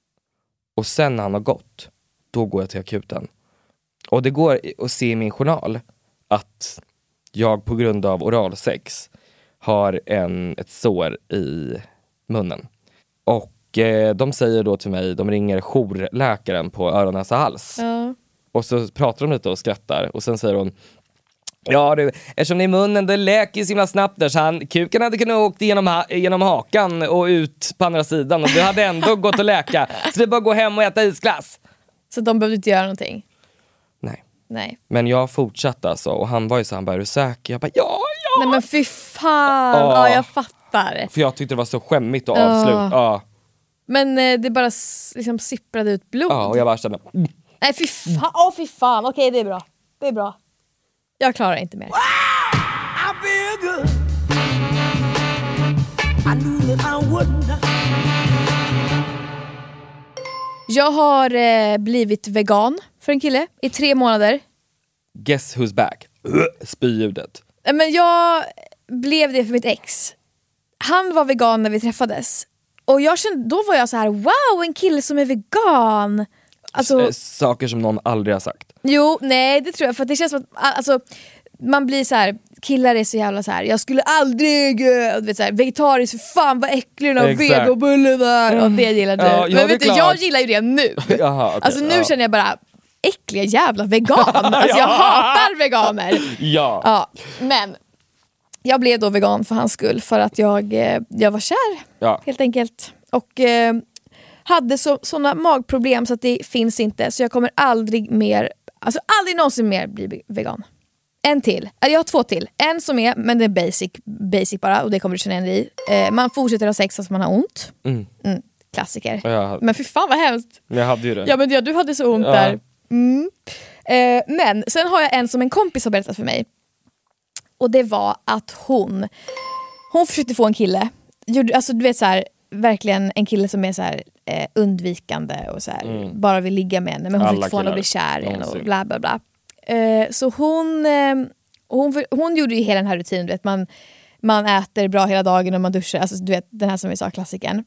Och sen när han har gått, då går jag till akuten. Och det går att se i min journal att jag på grund av oralsex har en, ett sår i munnen. Och eh, de säger då till mig, de ringer jourläkaren på öron, näsa, hals. Uh. Och så pratar de lite och skrattar. Och sen säger hon, ja du, eftersom det är munnen, det läker ju så himla snabbt där, så han, kuken hade kunnat åkt genom, ha, genom hakan och ut på andra sidan. Och det hade ändå gått att läka. Så det är bara att gå hem och äta isglass. Så de behövde inte göra någonting? Nej. Nej. Men jag fortsatte alltså. Och han var ju så, han bara, är du säker? Jag bara, ja, ja. Nej men fy fan, oh. Ja, jag fattar. För jag tyckte det var så skämmigt att avsluta. Oh. Ja. Men eh, det bara s- liksom sipprade ut blod. Ja, och jag bara kände, mm. Nej fy fan, åh oh, fy fan, okej okay, det är bra. Det är bra. Jag klarar inte mer. I feel good. I knew that I wouldn't. Jag har eh, blivit vegan för en kille i tre månader. Guess who's back? Spyljudet. Men jag blev det för mitt ex. Han var vegan när vi träffades. Och jag kände, då var jag så här: wow, en kille som är vegan. Alltså, S- saker som någon aldrig har sagt. Jo, nej det tror jag. För det känns som att alltså, man blir så här, killar är så jävla så här, jag skulle aldrig, du vet så här, vegetariskt, för fan vad äcklig den vegobullen där. Och det gillar du. Ja, men vet du, jag gillar ju det nu. Jaha, okay, alltså nu ja. känner jag bara, äckliga jävla vegan. Alltså jag hatar veganer. Ja. Ja. Men jag blev då vegan för hans skull, för att jag, jag var kär. Ja. Helt enkelt. Och eh, hade så, såna magproblem så att det finns inte. Så jag kommer aldrig mer, alltså aldrig någonsin mer bli vegan. En till, eller jag har två till. En som är, men det är basic, basic bara, och det kommer du känna igen dig i. Eh, man fortsätter ha sex fast man har ont. Mm. Mm, klassiker. Ja. Men för fan vad hemskt. Jag hade ju det. Ja men ja, du hade så ont Ja. där. Mm. Eh, men sen har jag en som en kompis har berättat för mig. Och det var att hon Hon försökte få en kille. Alltså du vet så här, verkligen en kille som är så här, eh, undvikande och så här, mm. bara vill ligga med henne. Men hon Alla fick få honom att bli kär igen någonsin. och bla bla bla. Eh, så hon, eh, hon hon gjorde ju hela den här rutinen, du vet, man, man äter bra hela dagen och man duschar. Alltså du vet, den här som vi sa, klassiken.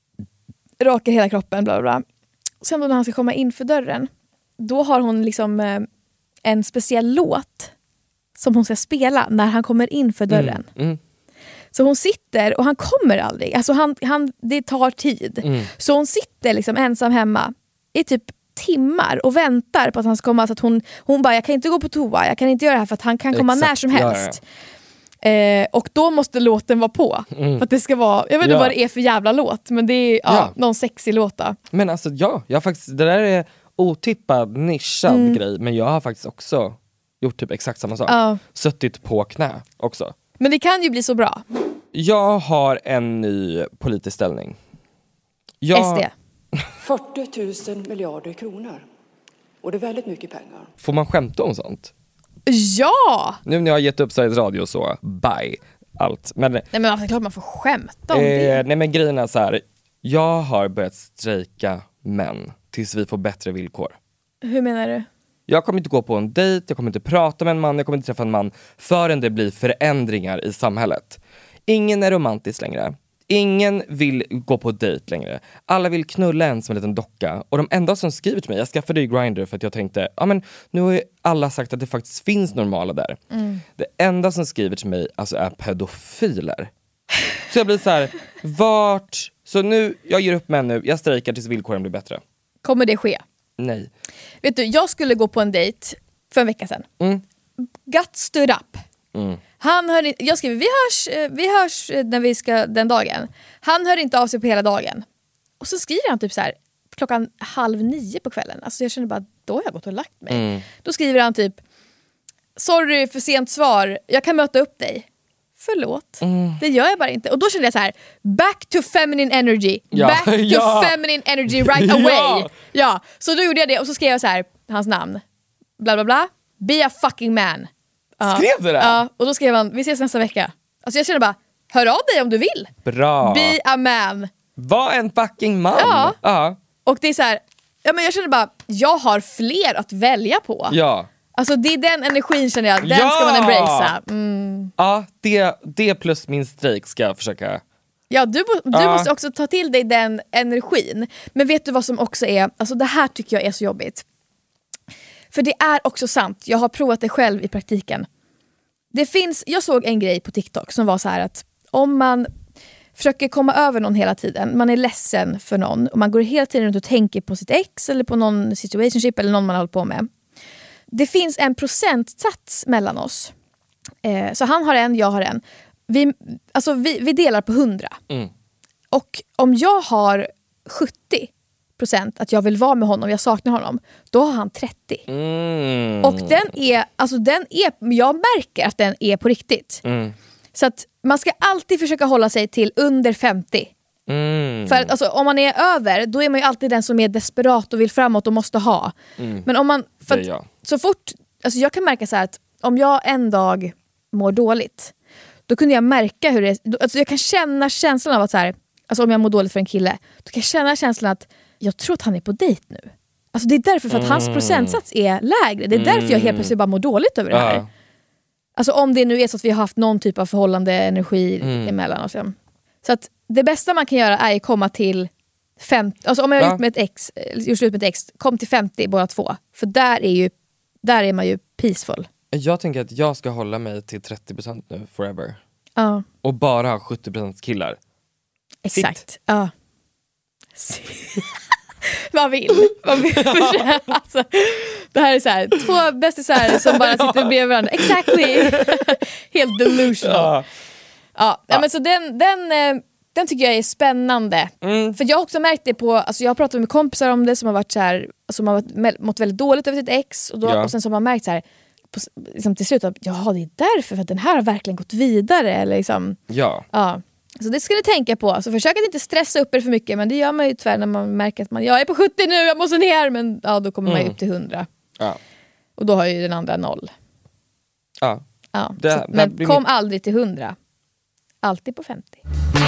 Rakar hela kroppen, bla bla bla. Sen då när han ska komma in för dörren, då har hon liksom eh, en speciell låt som hon ska spela när han kommer in för dörren. Mm. Mm. Så hon sitter och han kommer aldrig. Alltså han, han, det tar tid. Mm. Så hon sitter liksom ensam hemma i typ timmar och väntar på att han ska komma. Så att hon, hon bara, jag kan inte gå på toa, jag kan inte göra det här för att han kan komma Exakt. när som helst. Ja, ja. Eh, och då måste låten vara på. Mm. För att det ska vara, jag vet inte ja. vad det är för jävla låt, men det är ja, ja. någon sexig låt då. Men alltså ja, jag faktiskt, det där är otippad, nischad mm. grej. Men jag har faktiskt också gjort typ exakt samma sak. Uh. Suttit på knä också. Men det kan ju bli så bra. Jag har en ny politisk ställning. Jag... S D. fyrtio tusen miljarder kronor. Och det är väldigt mycket pengar. Får man skämta om sånt? Ja! Nu när jag har gett upp Sveriges Radio så, bye. Allt. Men, nej men alltså, klart man får skämta om eh, det. Nej men grejen är så här. Jag har börjat strejka män tills vi får bättre villkor. Hur menar du? Jag kommer inte gå på en dejt, jag kommer inte prata med en man, jag kommer inte träffa en man förrän det blir förändringar i samhället. Ingen är romantisk längre. Ingen vill gå på dejt längre. Alla vill knulla en som en liten docka. Och de enda som skriver till mig, jag skaffade ju Grindr för att jag tänkte, ja men nu har ju alla sagt att det faktiskt finns normala där. Mm. Det enda som skriver till mig alltså är pedofiler. Så jag blir så här, vart? Så nu, jag ger upp med nu, jag strejkar tills villkoren blir bättre. Kommer det ske? Nej. Vet du, jag skulle gå på en dejt för en vecka sedan. Mm. Got stood up. Mm. Han hör, jag skriver, vi hörs, vi hörs när vi ska den dagen. Han hör inte av sig på hela dagen. Och så skriver han typ så här klockan halv nio på kvällen. Alltså jag känner bara, då har jag gått och lagt mig. Mm. Då skriver han typ, sorry för sent svar, jag kan möta upp dig. Förlåt, mm. det gör jag bara inte. Och då kände jag så här, back to feminine energy. Ja. Back to ja. feminine energy right away. Ja. ja, så då gjorde jag det och så skrev jag så här, hans namn. Bla bla bla, be a fucking man. Uh, skrev du det? Ja, uh, och då skrev han, vi ses nästa vecka. Alltså jag känner bara, hör av dig om du vill. Bra. Be a man. Var en fucking man. Ja. Uh. Och det är så här, ja men jag känner bara, jag har fler att välja på. Ja. Alltså det är den energin känner jag, den ja. ska man embracea. Mm. Ja, det, det plus min strejk ska jag försöka. Ja, du, du uh. måste också ta till dig den energin. Men vet du vad som också är, alltså det här tycker jag är så jobbigt. För det är också sant, jag har provat det själv i praktiken. Det finns, jag såg en grej på TikTok som var så här att om man försöker komma över någon hela tiden, man är ledsen för någon och man går hela tiden runt och tänker på sitt ex eller på någon situationship eller någon man håller på med. Det finns en procentsats mellan oss. Eh, så han har en, jag har en. Vi, alltså vi, vi delar på hundra. Mm. Och om jag har sjuttio procent att jag vill vara med honom, jag saknar honom, då har han trettio. Mm. Och den är, alltså den är, jag märker att den är på riktigt. Mm. Så att man ska alltid försöka hålla sig till under femtio. Mm. För att, alltså, om man är över, då är man ju alltid den som är desperat och vill framåt och måste ha. Mm. Men om man, för att, så fort, alltså jag kan märka så här att om jag en dag mår dåligt, då kunde jag märka hur det, alltså jag kan känna känslan av att så här, alltså om jag mår dåligt för en kille, då kan jag känna känslan att jag tror att han är på dejt nu. Alltså det är därför, för att mm. hans procentsats är lägre. Det är därför jag helt plötsligt bara mår dåligt över det här. Ja. Alltså om det nu är så att vi har haft någon typ av förhållande energi mm. emellan oss. Så att det bästa man kan göra är att komma till femtio. Alltså om jag har ja. gjort med ett ex, gjort slut med ett ex, kom till femtio båda två. För där är ju där är man ju peaceful. Jag tänker att jag ska hålla mig till trettio procent nu forever. Ja. Och bara ha sjuttio procent killar. Exakt. Sitt. Ja. Man vill. Man vill alltså, det här är så här, två bästisar som bara sitter bredvid varandra. Exactly. Helt delusional. Ja. Ja, ja. Men så den, den, den tycker jag är spännande. Mm. För jag har också märkt det på, alltså jag har pratat med kompisar om det som har varit så här, som har mått väldigt dåligt över sitt ex och, då, ja. och sen som har märkt så här på, liksom till slut att jaha, det är därför för att den här har verkligen gått vidare eller liksom. Ja. Ja. Så det ska ni tänka på. Så försök att inte stressa upp er för mycket. Men det gör man ju tyvärr när man märker att man jag är på sjuttio nu, jag måste ner. Men ja, då kommer mm. man ju upp till hundra. Ja. Och då har ju den andra noll. Ja. Ja. Det, så, men kom min... aldrig till hundra. Alltid på femtio.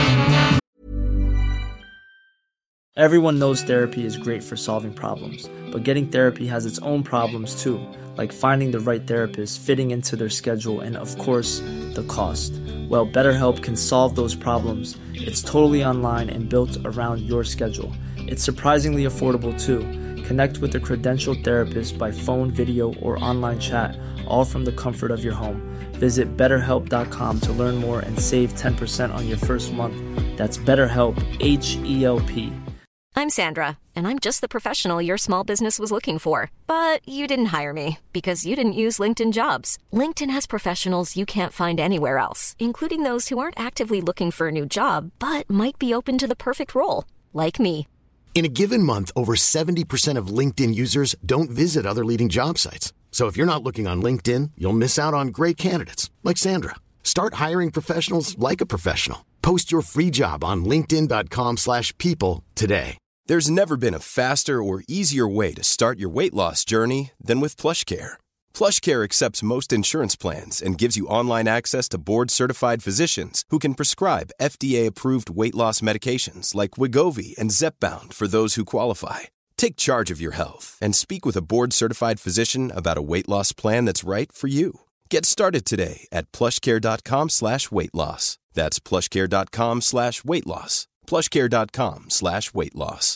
Everyone knows therapy is great for solving problems. But getting therapy has its own problems too. Like finding the right therapist, fitting into their schedule, and of course, the cost. Well, BetterHelp can solve those problems. It's totally online and built around your schedule. It's surprisingly affordable too. Connect with a credentialed therapist by phone, video, or online chat, all from the comfort of your home. Visit better help dot com to learn more and save ten percent on your first month. That's BetterHelp, H E L P. I'm Sandra, and I'm just the professional your small business was looking for. But you didn't hire me, because you didn't use LinkedIn Jobs. LinkedIn has professionals you can't find anywhere else, including those who aren't actively looking for a new job, but might be open to the perfect role, like me. In a given month, over seventy percent of LinkedIn users don't visit other leading job sites. So if you're not looking on LinkedIn, you'll miss out on great candidates like Sandra. Start hiring professionals like a professional. Post your free job on linkedin dot com slash people today. There's never been a faster or easier way to start your weight loss journey than with PlushCare. PlushCare accepts most insurance plans and gives you online access to board-certified physicians who can prescribe F D A-approved weight loss medications like Wegovy and Zepbound for those who qualify. Take charge of your health and speak with a board-certified physician about a weight loss plan that's right for you. Get started today at plushcare.com slash weight loss. That's plushcare.com slash weight loss. plushcare.com slash weight loss.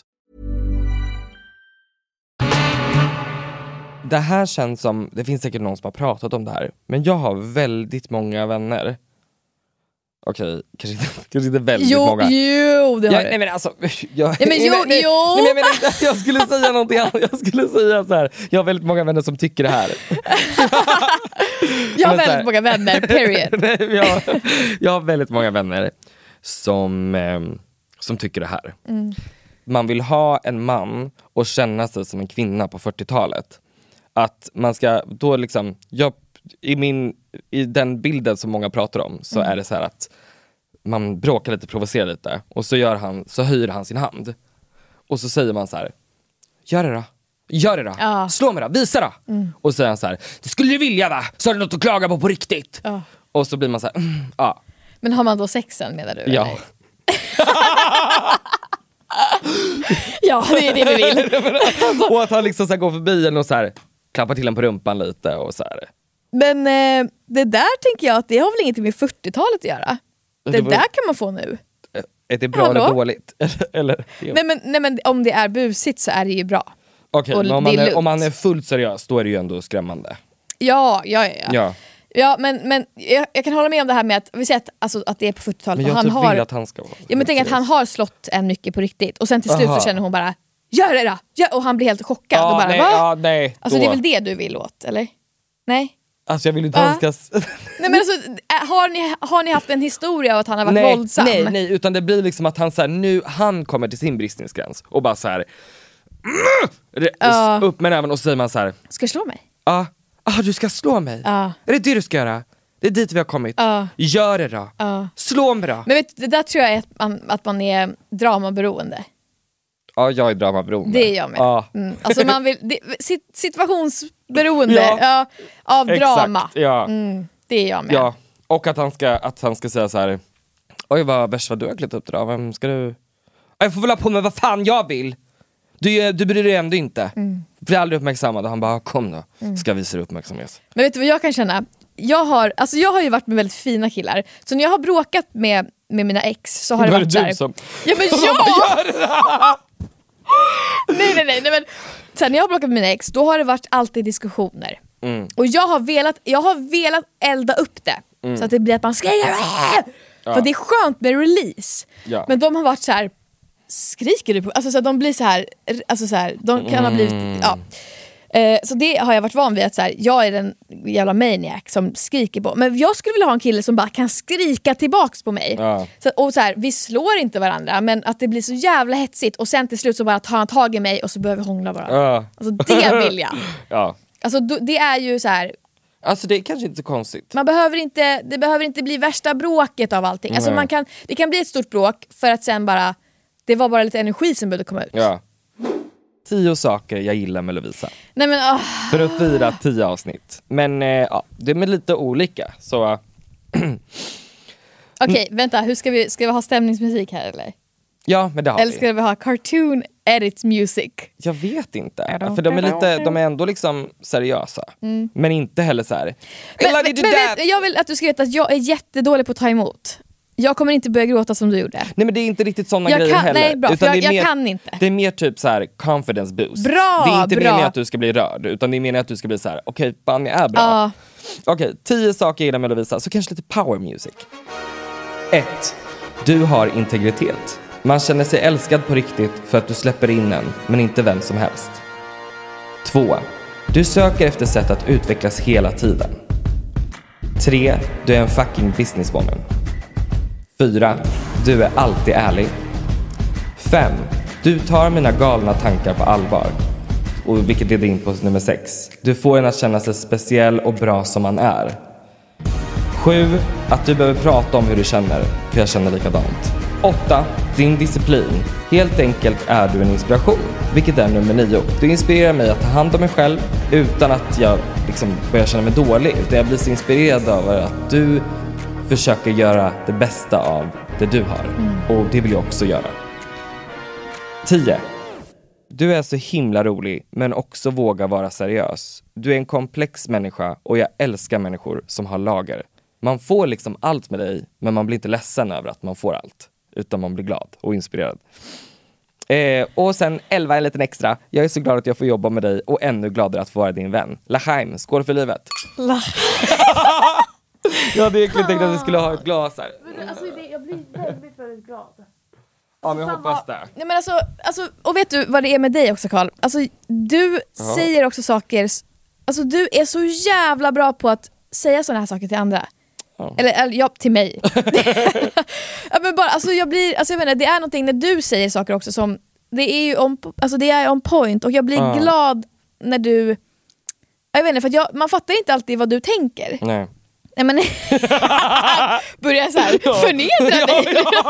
Det här känns som, det finns säkert någon som har pratat om det här, men jag har väldigt många vänner. Okej, kanske inte, kanske inte väldigt jo, många. Jo, det har jag, du. Nej men alltså, jag, nej, men jo, nej, nej, jo. Nej, men jag, menar, jag skulle säga någonting annat. Jag skulle säga så här, jag har väldigt många vänner som tycker det här. Jag har väldigt här, många vänner, period. nej, jag, jag har väldigt många vänner som, eh, som tycker det här. Mm. Man vill ha en man och känna sig som en kvinna på fyrtiotalet. Att man ska, då liksom, jag, i, min, i den bilden som många pratar om så mm. är det så här att man bråkar lite, provocerar lite och så, gör han, så höjer han sin hand. Och så säger man så här: gör det då, gör det då, ja. slå mig då, visa då. Mm. Och så säger han så här: det skulle du vilja va, så har du något att klaga på på riktigt. Ja. Och så blir man så här, mm, ja. Men har man då sexen menar du? Ja. Eller? Ja, det är det vi vill. Och att han liksom så här går förbi en och så här klappar till en på rumpan lite och så här. Men eh, det där tänker jag att det har väl ingenting med fyrtiotalet att göra. Det, det var... där kan man få nu. Är det bra Hallå? Eller dåligt? eller, nej, men, nej men om det är busigt så är det ju bra. Okej, okay, men om man, är, om man är fullt seriös då är det ju ändå skrämmande. Ja, ja, ja. ja. ja. Ja, men, men jag, jag kan hålla med om det här med att vi säger att, alltså, att det är på fyrtiotalet. Men jag han typ har, vill att han ska vara. Ja, men tänk att han har slått en mycket på riktigt. Och sen till slut Aha. så känner hon bara, gör det då! Gör! Och han blir helt chockad. Ja, och bara, nej, va? Ja, nej, alltså då. det är väl det du vill åt, eller? Nej? Alltså jag vill inte att han ska... Nej, men alltså, har ni, har ni haft en historia av att han har varit nej, våldsam? Nej, nej, utan det blir liksom att han så här, nu, han kommer till sin bristningsgräns och bara så här, uh. upp med näven och så säger man så här: ska du slå mig? Ja, ah, du ska slå mig? Uh. Är det det du ska göra? Det är dit vi har kommit. Uh. Gör det då. Uh. Slå mig då. Men vet, det där tror jag är att man, att man är dramaberoende. Ja, jag är dramaberoende. Det är jag med. Ja. Mm. Alltså man vill, det, situationsberoende ja. Ja, av Exakt, drama. Ja. Mm, det är jag med. Ja. Och att han ska, att han ska säga så här: oj vad värst vad du har klätt upp det då. Vem ska du... Jag får väl ha på mig vad fan jag vill. Du, du bryr dig ändå inte. Mm. Blir aldrig uppmärksammad. Och han bara, kom då. Mm. Ska visa dig uppmärksamhet. Men vet du vad jag kan känna? Jag har, alltså jag har ju varit med väldigt fina killar. Så när jag har bråkat med, med mina ex så har det varit det där. Som... Ja men ja! nej nej nej, nej men, sen när jag har bråkat med mina ex då har det varit alltid diskussioner. Mm. Och jag har velat jag har velat elda upp det mm. så att det blir att man skriker. Ja. För det är skönt med release. Ja. Men de har varit så här: skriker du på? Alltså så här, de blir så här, alltså så här, de kan mm. ha blivit ja. Eh, så det har jag varit van vid att så här, jag är den jävla maniac som skriker på. Men jag skulle vilja ha en kille som bara kan skrika tillbaks på mig. Ja. Så, och så här, vi slår inte varandra, men att det blir så jävla hetsigt och sen till slut så bara tar han tag i mig och så behöver vi hångla varandra. Ja. Alltså det vill jag. Ja. Alltså det är ju så här. Alltså det är kanske inte så konstigt. Man behöver inte, det behöver inte bli värsta bråket av allting. Alltså man kan, det kan bli ett stort bråk för att sen bara, det var bara lite energi som behövde komma ut. Ja. Tio saker jag gillar med Lovisa. Nej, men, oh. För att fira tio avsnitt. Men eh, ja, det är med lite olika. Så uh, okej, okay, vänta, hur ska vi, ska vi ha stämningsmusik här eller? Ja, men det har eller vi. ska vi ha cartoon edit music? Jag vet inte. För de är lite, de är ändå liksom seriösa. Mm. Men inte heller så här. Men, men, men vet, jag vill att du ska veta att jag är jättedålig på att ta emot. Jag kommer inte börja gråta som du gjorde. Nej, men det är inte riktigt såna jag grejer kan, heller. Nej, bra, utan jag, det är mer, jag kan inte. Det är mer typ så här confidence boost. Bra, det är inte bra. meningen att du ska bli rörd, utan det är meningen att du ska bli så här: okej, okay, fan jag är bra. Uh. Okej, okay, tio saker jag gillar med Lovisa. Så kanske lite power music. Ett. Du har integritet. Man känner sig älskad på riktigt för att du släpper in en, men inte vem som helst. Två. Du söker efter sätt att utvecklas hela tiden. Tre. Du är en fucking businesswoman. Fyra. Du är alltid ärlig. Fem. Du tar mina galna tankar på allvar. Och vilket leder in på nummer sex. Du får en att känna sig speciell och bra som man är. Sju. Att du behöver prata om hur du känner, för jag känner likadant. Åtta. Din disciplin. Helt enkelt är du en inspiration, vilket är nummer nio. Du inspirerar mig att ta hand om mig själv utan att jag liksom börjar känna mig dålig. Utan jag blir så inspirerad av att du försöker göra det bästa av det du har. Mm. Och det vill jag också göra. Tio. Du är så himla rolig, men också vågar vara seriös. Du är en komplex människa och jag älskar människor som har lager. Man får liksom allt med dig, men man blir inte ledsen över att man får allt. Utan man blir glad och inspirerad. Eh, och sen elva, en liten extra. Jag är så glad att jag får jobba med dig och ännu gladare att få vara din vän. Lachaim, skål för livet. La- jag hade egentligen tänkt att vi skulle ha ett glas här. Alltså, det, jag blir väldigt, väldigt glad. Ja, men jag hoppas det. Nej, men alltså, alltså, och vet du vad det är med dig också, Carl? Alltså, du Ja. säger också saker. Alltså, du är så jävla bra på att säga såna här saker till andra. Ja. Eller, eller ja, till mig. Ja, men bara, alltså, jag blir, alltså, jag menar, det är någonting när du säger saker också som det är ju on, alltså, det är on point. Och jag blir Ja. glad när du, jag vet inte, för att jag, man fattar inte alltid vad du tänker. Nej. Nej, men börjar så här Ja. förnedra dig. Ja, ja.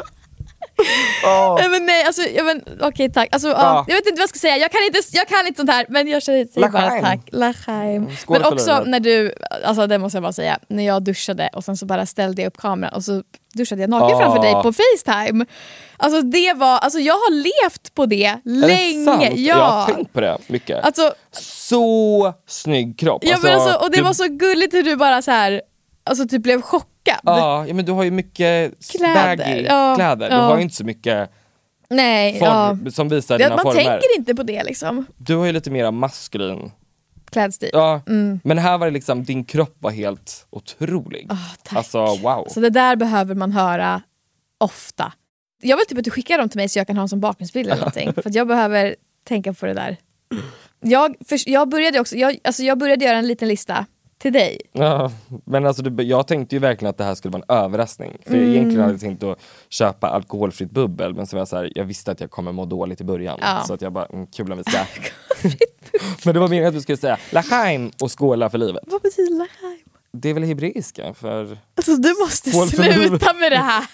Oh. Nej, men nej, alltså, jag men, okej, tack. Alltså, ja. Ja. Jag vet inte vad jag ska säga. Jag kan inte, jag kan inte sånt här, men jag säger säger bara Lachaim. tack. Lachaim. Skål Men för också livet. när du, alltså det måste jag bara säga, när jag duschade och sen så bara ställde jag upp kameran och så duschade jag naken Ah. framför dig på FaceTime. Alltså det var, alltså jag har levt på det Är länge. det sant? Ja. Jag har tänkt på det mycket. Alltså, så snygg kropp. ja, men alltså, och det du, var så gulligt hur du bara så här, alltså typ blev chockad. Ja, ja, men du har ju mycket Kläder, baggy ja, kläder. Du ja. har ju inte så mycket Nej, form ja. som visar Det, dina man former. tänker inte på det liksom. Du har ju lite mer maskulin. Klädstil. Ja, Mm. men här var det liksom, din kropp var helt otrolig. Oh, tack. Alltså wow. Så det där behöver man höra ofta. Jag vill typ att du skickar dem till mig så jag kan ha dem som bakgrundsbild eller någonting. För att jag behöver tänka på det där. Jag, för, jag, började också, jag, alltså jag började göra en liten lista till dig. Ja, men alltså du, jag tänkte ju verkligen att det här skulle vara en överraskning. För Mm. egentligen hade jag tänkt att köpa alkoholfritt bubbel. Men så var jag så här, jag visste att jag kommer må dåligt i början. Ja. Så att jag bara, mm, kul om vi ska. Men det var meningen att du skulle säga Lachaim och skåla för livet. Vad betyder Lachaim? Det är väl hebreiska för... Alltså du måste Skål för livet. sluta med det här.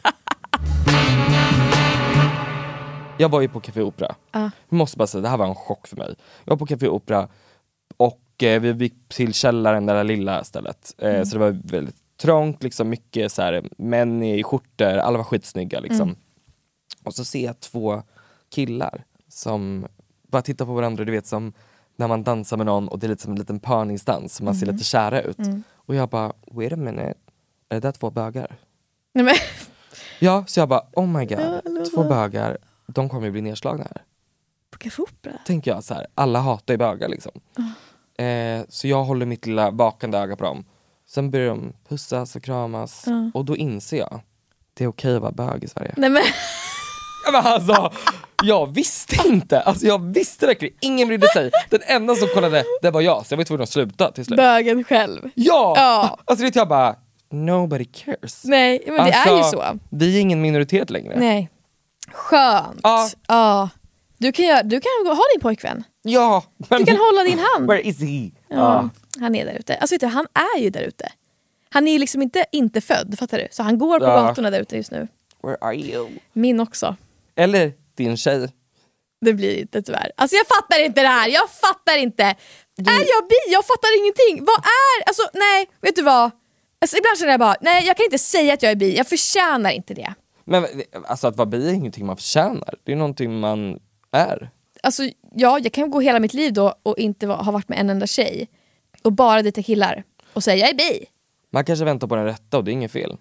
Jag var ju på Café Opera. Ja. Jag måste bara säga, det här var en chock för mig. Jag var på Café Opera och eh, vi gick till källaren, det där lilla stället. Eh, Mm. Så det var väldigt trångt, liksom mycket så här, män i skjortor, alla var skitsnygga liksom. Mm. Och så ser jag två killar som bara tittar på varandra, du vet som när man dansar med någon och det är lite som en liten parningsdans, man ser Mm. lite kära ut. Mm. Och jag bara, wait a minute, är det där två bögar? Nej, men, Ja, så jag bara, oh my god, Ja, eller två vad? bögar, de kommer ju bli nedslagna här. på Café Opera. Tänker jag så här, alla hatar ju bögar liksom. Eh, så jag håller mitt lilla vakande öga på dem. Sen börjar de pussas och kramas. Ja. Och då inser jag, det är okej att vara bög i Sverige. Nej, men, Ja, men alltså, jag visste inte. Alltså jag visste verkligen, ingen brydde sig. Den enda som kollade, det var jag. Så jag var tvungen att sluta till slut. bögen själv. Ja! Ja. Alltså det jag bara, nobody cares. Nej, men det Alltså, är ju så. Vi är ingen minoritet längre. Nej. Skönt. Ja. Ja. Du kan, göra, du kan gå- ha din pojkvän. Ja, men Du kan hålla din hand. where is he? Ja, han är där ute. Alltså vet du, han är ju där ute. Han är ju liksom inte inte född, fattar du? Så han går på Ja. gatorna där ute just nu. Where are you? Min också. Eller din tjej. Det blir inte tyvärr. Alltså jag fattar inte det här. Jag fattar inte. Är jag bi? Jag fattar ingenting. Vad är... Alltså nej, vet du vad? Alltså, ibland känner jag bara, nej jag kan inte säga att jag är bi. Jag förtjänar inte det. Men alltså att vara bi är ingenting man förtjänar. Det är någonting man är. Alltså ja, jag kan gå hela mitt liv då och inte va- ha varit med en enda tjej. Och bara dejta killar. Och säga jag är bi. Man kanske väntar på den rätta och det är inget fel.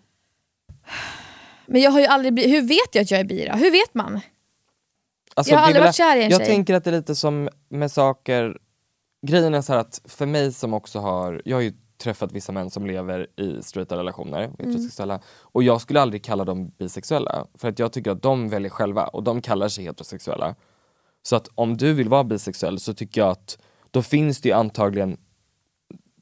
Men jag har ju aldrig blivit... Hur vet jag att jag är bi då? Hur vet man? Alltså, Jag har det är aldrig väl- varit kär i en Jag tjej. tänker att det är lite som med saker. Grejen är så här att för mig som också har, jag har ju träffat vissa män som lever i straighta relationer, heterosexuella, och jag skulle aldrig kalla dem bisexuella. För att jag tycker att de väljer själva och de kallar sig heterosexuella. Så att om du vill vara bisexuell så tycker jag att då finns det ju antagligen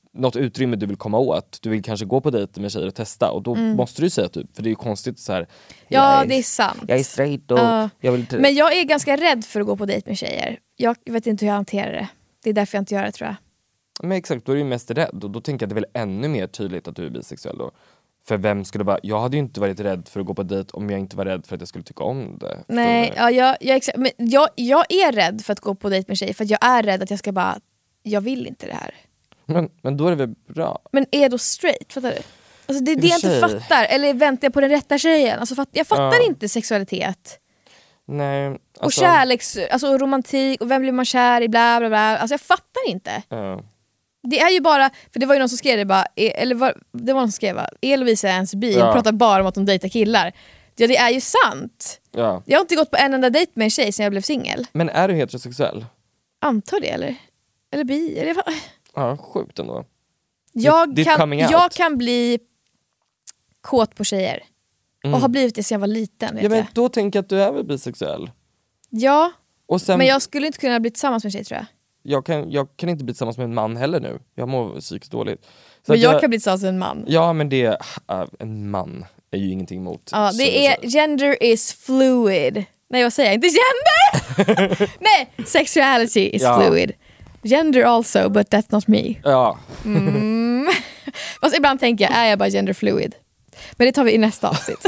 något utrymme du vill komma åt. Du vill kanske gå på dejter med tjejer och testa. Och då mm. måste du säga typ, för det är ju konstigt så här. Ja, är, det är sant. Jag är straight och uh, jag vill inte... Men jag är ganska rädd för att gå på dejt med tjejer. Jag vet inte hur jag hanterar det. Det är därför jag inte gör det, tror jag. Men exakt, då är du mest rädd. Och då tänker jag att det är väl ännu mer tydligt att du är bisexuell då. För vem skulle vara... Jag hade ju inte varit rädd för att gå på dejt om jag inte var rädd för att jag skulle tycka om det. Nej, ja, jag, jag, exakt, men jag, jag är rädd för att gå på dejt med tjejer. För att jag är rädd att jag ska bara... Jag vill inte det här. Men, men då är det väl bra. Men är jag då straight? Fattar du? Alltså det är det jag inte fattar. Eller väntar jag på den rätta tjejen? Alltså, fatt, jag fattar ja. inte sexualitet. Nej. Alltså... Och kärleks... Alltså romantik. Och vem blir man kär i? Bla bla bla. Alltså jag fattar inte. Ja. Det är ju bara... För det var ju någon som skrev det bara... Eller var, det var någon som skrev bara... Elovisa är ens bi. Ja. Och pratar bara om att de dejtar killar. Ja, det är ju sant. Ja. Jag har inte gått på en enda dejt med en tjej sen jag blev singel. Men är du heterosexuell? Antar det, eller? Eller bi? Eller... Ja, sjukt ändå. Jag, Ditt kan, jag kan bli kåt på tjejer. Mm. Och har blivit det sen jag var liten. Vet ja, men jag. då tänker jag att du är väl bisexuell? Ja, och sen, men jag skulle inte kunna bli tillsammans med en tjej, tror jag. Jag kan, jag kan inte bli tillsammans med en man heller nu. Jag mår psykiskt dåligt. Så men jag, jag kan bli tillsammans med en man. Ja, men det äh, en man är ju ingenting emot. Ja, det är, gender is fluid. Nej, vad säger jag? Inte gender! Nej, sexuality is ja. fluid. Gender also, but that's not me. Ja. Mm. Fast ibland tänker jag, är jag bara gender fluid? Men det tar vi i nästa avsnitt.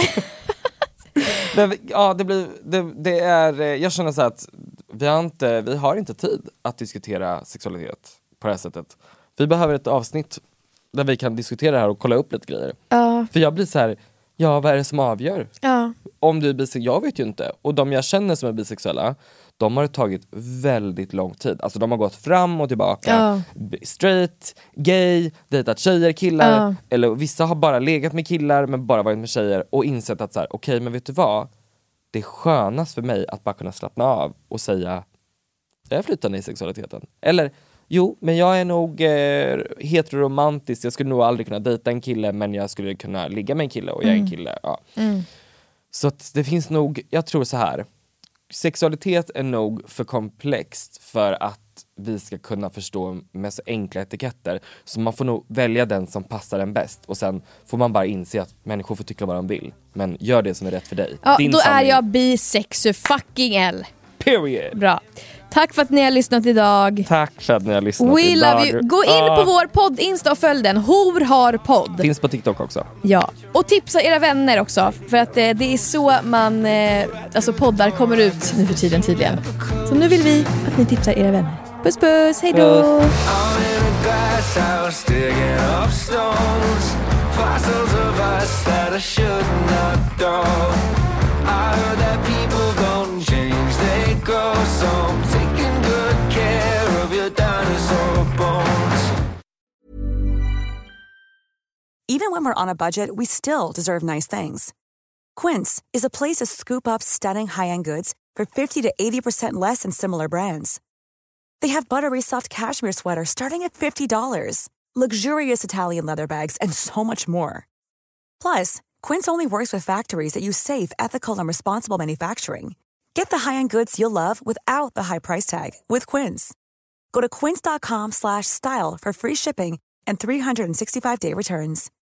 Men, ja, det blir, det, det är, jag känner så att vi har, inte, vi har inte tid att diskutera sexualitet på det här sättet. Vi behöver ett avsnitt där vi kan diskutera det här och kolla upp lite grejer. Uh. För jag blir så här, ja, vad är det som avgör? Uh. Om du är bisexuell, jag vet ju inte. Och de jag känner som är bisexuella, de har tagit väldigt lång tid. Alltså de har gått fram och tillbaka. Uh. Straight, gay, dejtat tjejer, killar. Uh. Eller vissa har bara legat med killar men bara varit med tjejer. Och insett att så här, okej, okay, men vet du vad? Det är skönast för mig att bara kunna slappna av och säga, jag är flytande i sexualiteten. Eller, jo, men jag är nog eh, heteroromantisk. Jag skulle nog aldrig kunna dejta en kille, men jag skulle kunna ligga med en kille och jag är en kille. Ja. Mm. Så att det finns nog, jag tror så här. Sexualitet är nog för komplext för att vi ska kunna förstå med så enkla etiketter. Så man får nog välja den som passar en bäst. Och sen får man bara inse att människor får tycka vad de vill. Men gör det som är rätt för dig. Ja, Din då sanning. är jag bisexuell fucking L. Period. Bra. Tack för att ni har lyssnat idag. Tack för att ni har lyssnat We idag. Love you. Gå in ah. på vår podd Insta och följ den. Hor har podd. Finns på TikTok också. Ja. Och tipsa era vänner också. För att eh, det är så man eh, alltså poddar kommer ut nu för tiden tydligen. Så nu vill vi att ni tipsar era vänner. Puss puss, hej då. Even when we're on a budget, we still deserve nice things. Quince is a place to scoop up stunning high-end goods for fifty to eighty percent less than similar brands. They have buttery soft cashmere sweaters starting at fifty dollars, luxurious Italian leather bags, and so much more. Plus, Quince only works with factories that use safe, ethical, and responsible manufacturing. Get the high-end goods you'll love without the high price tag with Quince. Go to quince dot com slash style for free shipping and three sixty-five day returns.